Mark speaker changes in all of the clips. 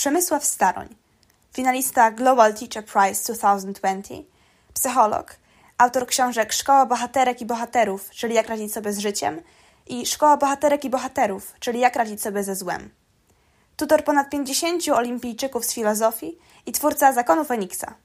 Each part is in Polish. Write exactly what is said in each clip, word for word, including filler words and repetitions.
Speaker 1: Przemysław Staroń, finalista Global Teacher Prize dwa tysiące dwudziesty, psycholog, autor książek Szkoła bohaterek i bohaterów, czyli jak radzić sobie z życiem, i Szkoła bohaterek i bohaterów, czyli jak radzić sobie ze złem. Tutor ponad pięćdziesięciu olimpijczyków z filozofii i twórca Zakonu Feniksa.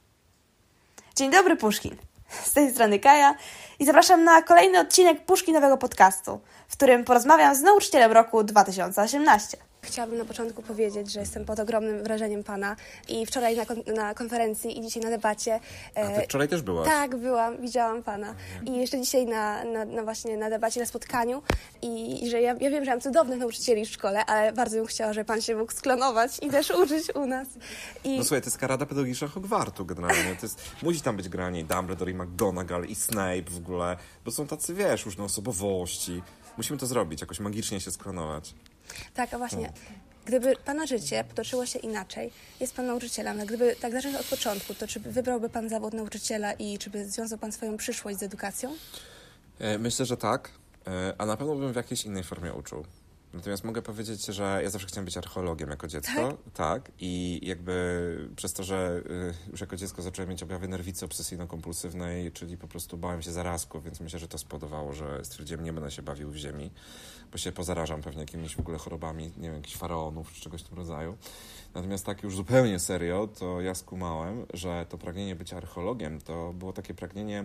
Speaker 1: Dzień dobry, Puszkin. Z tej strony Kaja i zapraszam na kolejny odcinek Puszkinowego podcastu, w którym porozmawiam z nauczycielem roku dwa tysiące osiemnastego.
Speaker 2: Chciałabym na początku powiedzieć, że jestem pod ogromnym wrażeniem Pana i wczoraj na, kon- na konferencji i dzisiaj na debacie.
Speaker 3: A ty wczoraj też byłaś?
Speaker 2: Tak, byłam, widziałam Pana. I jeszcze dzisiaj na, na, na właśnie na debacie, na spotkaniu i, i że ja, ja wiem, że mam cudownych nauczycieli w szkole, ale bardzo bym chciała, żeby Pan się mógł sklonować i też uczyć u nas. I...
Speaker 3: No słuchaj, to jest Rada Pedagogiczna Hogwartu generalnie. To jest, musi tam być granie i Dumbledore, i McGonagall, i Snape w ogóle, bo są tacy, wiesz, różne osobowości. Musimy to zrobić, jakoś magicznie się sklonować.
Speaker 2: Tak, a właśnie, gdyby Pana życie potoczyło się inaczej, jest Pan nauczycielem, ale gdyby tak zacząć od początku, to czy wybrałby Pan zawód nauczyciela i czy by związał Pan swoją przyszłość z edukacją?
Speaker 3: Myślę, że tak, a na pewno bym w jakiejś innej formie uczył. Natomiast mogę powiedzieć, że ja zawsze chciałem być archeologiem jako dziecko. Tak? Tak. I jakby przez to, że już jako dziecko zacząłem mieć objawy nerwicy obsesyjno-kompulsywnej, czyli po prostu bałem się zarazków, więc myślę, że to spowodowało, że stwierdziłem, nie będę się bawił w ziemi, bo się pozarażam pewnie jakimiś w ogóle chorobami, nie wiem, jakichś faraonów czy czegoś w tym rodzaju. Natomiast tak już zupełnie serio, to ja skumałem, że to pragnienie bycia archeologiem to było takie pragnienie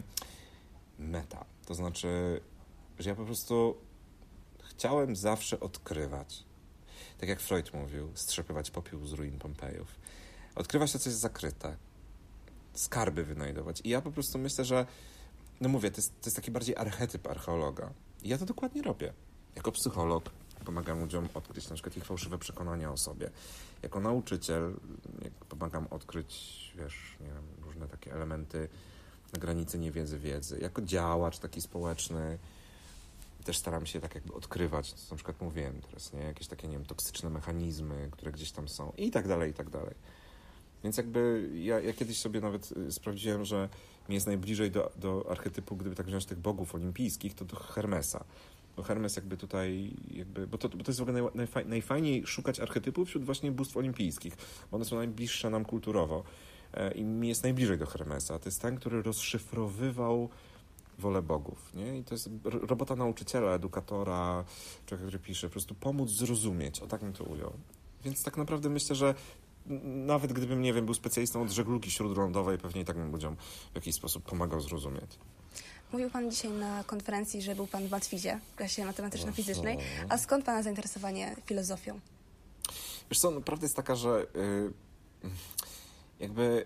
Speaker 3: meta. To znaczy, że ja po prostu chciałem zawsze odkrywać. Tak jak Freud mówił, strzepywać popiół z ruin Pompejów. Odkrywać to, co jest zakryte. Skarby wynajdować. I ja po prostu myślę, że no mówię, to jest, to jest taki bardziej archetyp archeologa. I ja to dokładnie robię. Jako psycholog pomagam ludziom odkryć na przykład ich fałszywe przekonania o sobie. Jako nauczyciel pomagam odkryć, wiesz, nie wiem, różne takie elementy na granicy niewiedzy, wiedzy. Jako działacz taki społeczny też staram się tak jakby odkrywać, co na przykład mówiłem teraz, nie? Jakieś takie, nie wiem, toksyczne mechanizmy, które gdzieś tam są i tak dalej, i tak dalej. Więc jakby ja, ja kiedyś sobie nawet sprawdziłem, że mi jest najbliżej do, do archetypu, gdyby tak wziąć tych bogów olimpijskich, to do Hermesa. Bo Hermes jakby tutaj, jakby, bo to, bo to jest w ogóle najfaj, najfajniej szukać archetypów wśród właśnie bóstw olimpijskich, bo one są najbliższe nam kulturowo i mi jest najbliżej do Hermesa. To jest ten, który rozszyfrowywał wolę bogów, nie? I to jest robota nauczyciela, edukatora, człowieka, który pisze, po prostu pomóc zrozumieć, o tak bym to ujął. Więc tak naprawdę myślę, że nawet gdybym, nie wiem, był specjalistą od żeglugi śródlądowej, pewnie i tak bym ludziom w jakiś sposób pomagał zrozumieć.
Speaker 2: Mówił Pan dzisiaj na konferencji, że był Pan w matwizie, w klasie matematyczno-fizycznej. A skąd Pana zainteresowanie filozofią?
Speaker 3: Wiesz co, no, prawda jest taka, że yy, jakby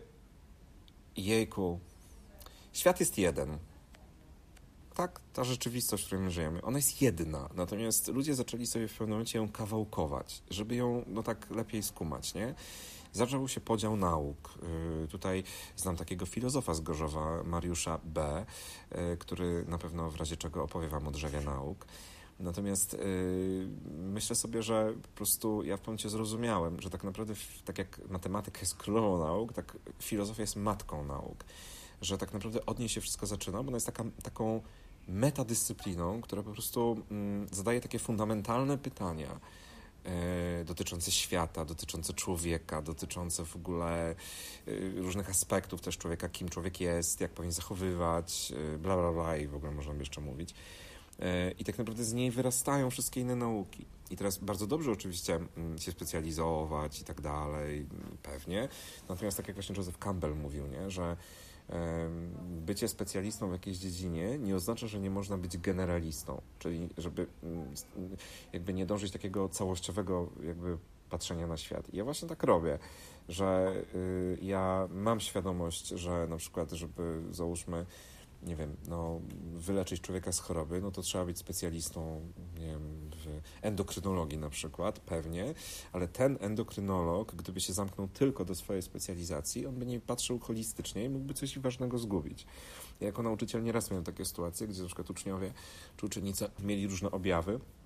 Speaker 3: jejku, świat jest jeden. Tak, ta rzeczywistość, w której my żyjemy, ona jest jedna. Natomiast ludzie zaczęli sobie w pewnym momencie ją kawałkować, żeby ją no tak lepiej skumać, nie? Zaczął się podział nauk. Yy, tutaj znam takiego filozofa z Gorzowa, Mariusza B., yy, który na pewno w razie czego opowie wam o drzewie nauk. Natomiast yy, myślę sobie, że po prostu ja w pewnym momencie zrozumiałem, że tak naprawdę tak jak matematyka jest królową nauk, tak filozofia jest matką nauk. Że tak naprawdę od niej się wszystko zaczyna, bo ona jest taka, taką metadyscypliną, która po prostu mm, zadaje takie fundamentalne pytania e, dotyczące świata, dotyczące człowieka, dotyczące w ogóle e, różnych aspektów też człowieka, kim człowiek jest, jak powinien zachowywać, e, bla, bla, bla i w ogóle można by jeszcze mówić. E, I tak naprawdę z niej wyrastają wszystkie inne nauki. I teraz bardzo dobrze oczywiście się specjalizować i tak dalej, pewnie. Natomiast tak jak właśnie Joseph Campbell mówił, nie, że bycie specjalistą w jakiejś dziedzinie nie oznacza, że nie można być generalistą, czyli żeby jakby nie dążyć takiego całościowego jakby patrzenia na świat. I ja właśnie tak robię, że ja mam świadomość, że na przykład, żeby załóżmy, nie wiem, no wyleczyć człowieka z choroby, no to trzeba być specjalistą, nie wiem, w endokrynologii na przykład, pewnie, ale ten endokrynolog, gdyby się zamknął tylko do swojej specjalizacji, on by nie patrzył holistycznie i mógłby coś ważnego zgubić. Ja jako nauczyciel nieraz miałem takie sytuacje, gdzie na przykład uczniowie czy uczennice mieli różne objawy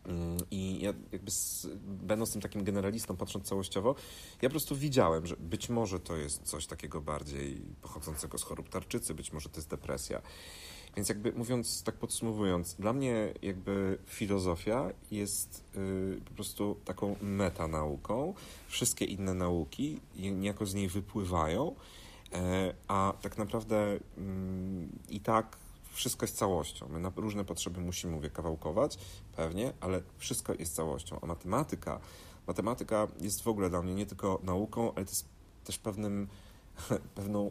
Speaker 3: I ja jakby z, będąc tym takim generalistą, patrząc całościowo, ja po prostu widziałem, że być może to jest coś takiego bardziej pochodzącego z chorób tarczycy, być może to jest depresja. Więc jakby mówiąc, tak podsumowując, dla mnie jakby filozofia jest y, po prostu taką metanauką. Wszystkie inne nauki niejako z niej wypływają, y, a tak naprawdę y, i tak wszystko jest całością. My na różne potrzeby musimy, mówię, kawałkować, pewnie, ale wszystko jest całością. A matematyka, matematyka jest w ogóle dla mnie nie tylko nauką, ale to jest też pewnym, pewną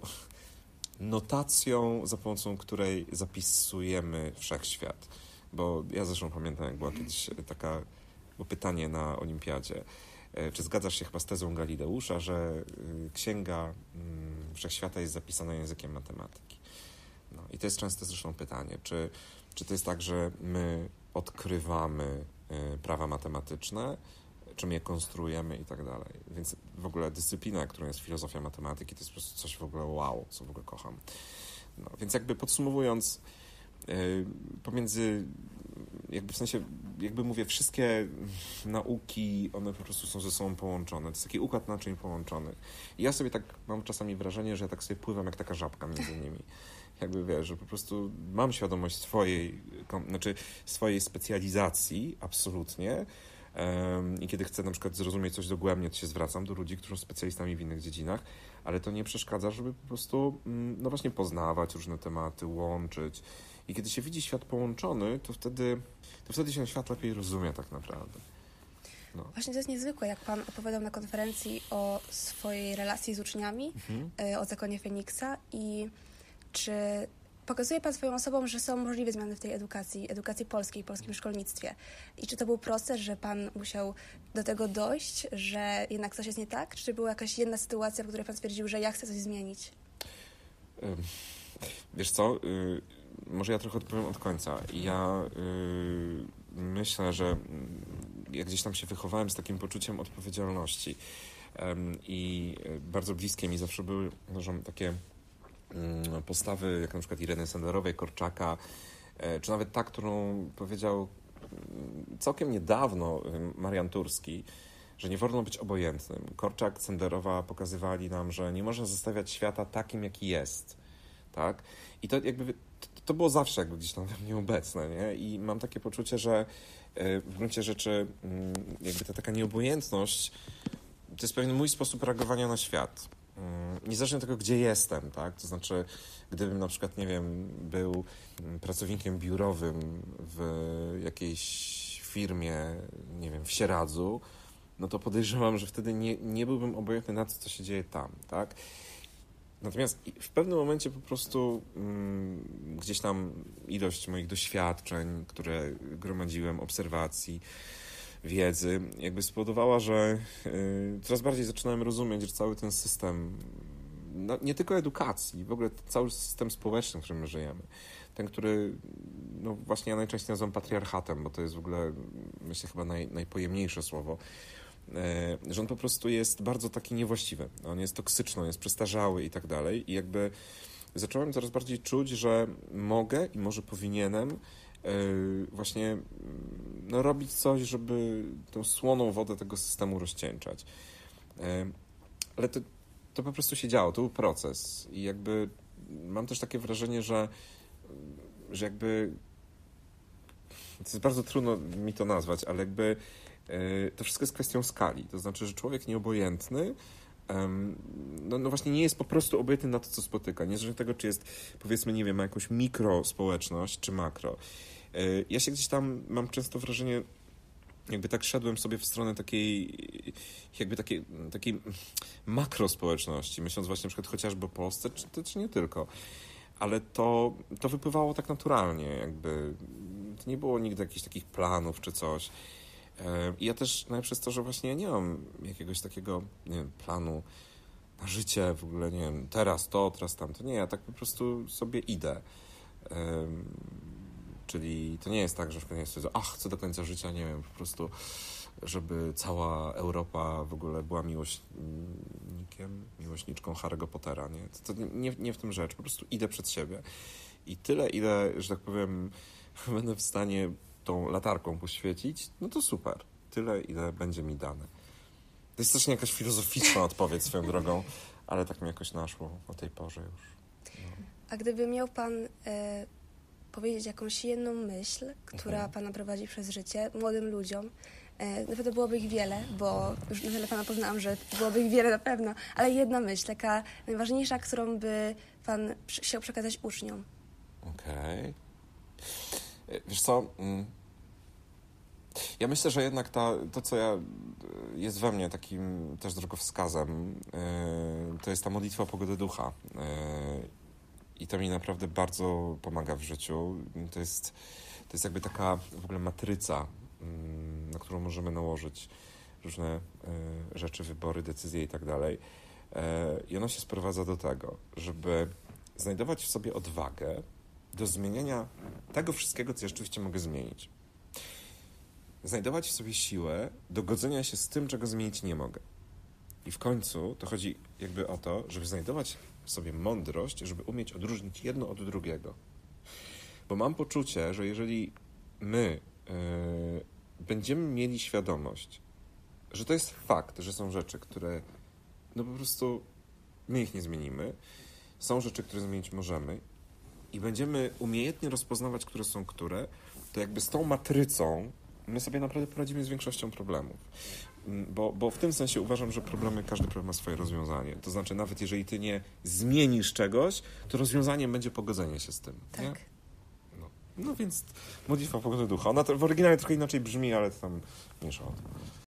Speaker 3: notacją, za pomocą której zapisujemy wszechświat. Bo ja zresztą pamiętam, jak była kiedyś taka, było pytanie na olimpiadzie, czy zgadzasz się chyba z tezą Galileusza, że księga wszechświata jest zapisana językiem matematyki. No, i to jest częste zresztą pytanie, czy, czy to jest tak, że my odkrywamy prawa matematyczne, czy my je konstruujemy i tak dalej. Więc w ogóle dyscyplina, którą jest filozofia matematyki, to jest po prostu coś w ogóle wow, co w ogóle kocham. No, więc jakby podsumowując, yy, pomiędzy, jakby w sensie, jakby mówię, wszystkie nauki, one po prostu są ze sobą połączone. To jest taki układ naczyń połączonych. I ja sobie tak mam czasami wrażenie, że ja tak sobie pływam jak taka żabka między nimi. Jakby wiesz, że po prostu mam świadomość swojej, znaczy swojej specjalizacji, absolutnie. I kiedy chcę na przykład zrozumieć coś dogłębnie, to się zwracam do ludzi, którzy są specjalistami w innych dziedzinach, ale to nie przeszkadza, żeby po prostu, no właśnie, poznawać różne tematy, łączyć. I kiedy się widzi świat połączony, to wtedy, to wtedy się świat lepiej rozumie tak naprawdę. No.
Speaker 2: Właśnie to jest niezwykłe, jak Pan opowiadał na konferencji o swojej relacji z uczniami, mhm. o zakonie Feniksa i czy pokazuje Pan swoją osobą, że są możliwe zmiany w tej edukacji, edukacji polskiej, polskim szkolnictwie. I czy to był proces, że Pan musiał do tego dojść, że jednak coś jest nie tak? Czy była jakaś jedna sytuacja, w której Pan stwierdził, że ja chcę coś zmienić?
Speaker 3: Wiesz co, może ja trochę odpowiem od końca. Ja myślę, że ja gdzieś tam się wychowałem z takim poczuciem odpowiedzialności i bardzo bliskie mi zawsze były takie postawy, jak na przykład Ireny Sendlerowej, Korczaka, czy nawet ta, którą powiedział całkiem niedawno Marian Turski, że nie wolno być obojętnym. Korczak, Sendlerowa pokazywali nam, że nie można zostawiać świata takim, jaki jest. Tak? I to jakby to, to było zawsze jakby gdzieś tam we mnie obecne, nie? I mam takie poczucie, że w gruncie rzeczy jakby ta taka nieobojętność to jest pewien mój sposób reagowania na świat. Niezależnie od tego, gdzie jestem, tak? To znaczy, gdybym na przykład, nie wiem, był pracownikiem biurowym w jakiejś firmie, nie wiem, w Sieradzu, no to podejrzewam, że wtedy nie, nie byłbym obojętny na to, co się dzieje tam, tak? Natomiast w pewnym momencie po prostu mm, gdzieś tam ilość moich doświadczeń, które gromadziłem, obserwacji, wiedzy, jakby spowodowała, że y, coraz bardziej zaczynałem rozumieć, że cały ten system, no, nie tylko edukacji, w ogóle cały system społeczny, w którym my żyjemy, ten, który, no właśnie ja najczęściej nazywam patriarchatem, bo to jest w ogóle, myślę, chyba naj, najpojemniejsze słowo, y, że on po prostu jest bardzo taki niewłaściwy, on jest toksyczny, on jest przestarzały i tak dalej. I jakby zacząłem coraz bardziej czuć, że mogę i może powinienem właśnie no, robić coś, żeby tę słoną wodę tego systemu rozcieńczać. Ale to, to po prostu się działo, to był proces i jakby mam też takie wrażenie, że, że jakby to jest bardzo trudno mi to nazwać, ale jakby to wszystko jest kwestią skali, to znaczy, że człowiek nieobojętny No, no właśnie nie jest po prostu obojętny na to, co spotyka. Niezależnie od tego, czy jest, powiedzmy, nie wiem, ma jakąś mikrospołeczność, czy makro. Ja się gdzieś tam mam często wrażenie, jakby tak szedłem sobie w stronę takiej, jakby takiej, takiej makrospołeczności, myśląc właśnie na przykład chociażby o Polsce, czy, czy nie tylko. Ale to, to wypływało tak naturalnie, jakby to nie było nigdy jakichś takich planów czy coś. I ja też, nawet przez to, że właśnie ja nie mam jakiegoś takiego, nie wiem, planu na życie, w ogóle, nie wiem, teraz to, teraz tamto. Nie, ja tak po prostu sobie idę. Um, czyli to nie jest tak, że w końcu jest, ach, chcę do końca życia, nie wiem, po prostu, żeby cała Europa w ogóle była miłośnikiem, miłośniczką Harry'ego Pottera, nie? To, to nie, nie w tym rzecz, po prostu idę przed siebie. I tyle, ile, że tak powiem, będę w stanie tą latarką poświecić, no to super. Tyle, ile będzie mi dane. To jest też nie jakaś filozoficzna odpowiedź swoją drogą, ale tak mi jakoś naszło o tej porze już. No.
Speaker 2: A gdyby miał pan e, powiedzieć jakąś jedną myśl, która
Speaker 3: Mhm.
Speaker 2: pana prowadzi przez życie młodym ludziom, e, na pewno byłoby ich wiele, bo już na tyle pana poznałam, że byłoby ich wiele na pewno, ale jedna myśl, taka najważniejsza, którą by pan przy- chciał przekazać uczniom.
Speaker 3: Okej. Okay. Wiesz co, mm, ja myślę, że jednak ta, to, co ja, jest we mnie takim też drogowskazem, yy, to jest ta modlitwa o pogodę ducha. Yy, I to mi naprawdę bardzo pomaga w życiu. To jest, to jest jakby taka w ogóle matryca, yy, na którą możemy nałożyć różne yy, rzeczy, wybory, decyzje i tak dalej. Yy, I ona się sprowadza do tego, żeby znajdować w sobie odwagę do zmieniania tego wszystkiego, co ja rzeczywiście mogę zmienić. Znajdować w sobie siłę do godzenia się z tym, czego zmienić nie mogę. I w końcu to chodzi jakby o to, żeby znajdować w sobie mądrość, żeby umieć odróżnić jedno od drugiego. Bo mam poczucie, że jeżeli my yy, będziemy mieli świadomość, że to jest fakt, że są rzeczy, które no po prostu my ich nie zmienimy, są rzeczy, które zmienić możemy i będziemy umiejętnie rozpoznawać, które są które, to jakby z tą matrycą my sobie naprawdę poradzimy z większością problemów. Bo, bo w tym sensie uważam, że problemy, każdy problem ma swoje rozwiązanie. To znaczy, nawet jeżeli ty nie zmienisz czegoś, to rozwiązaniem będzie pogodzenie się z tym.
Speaker 2: Tak.
Speaker 3: Nie? No. no więc modlitwa o pogodę ducha. Ona to w oryginale trochę inaczej brzmi, ale to tam mniejsza o to.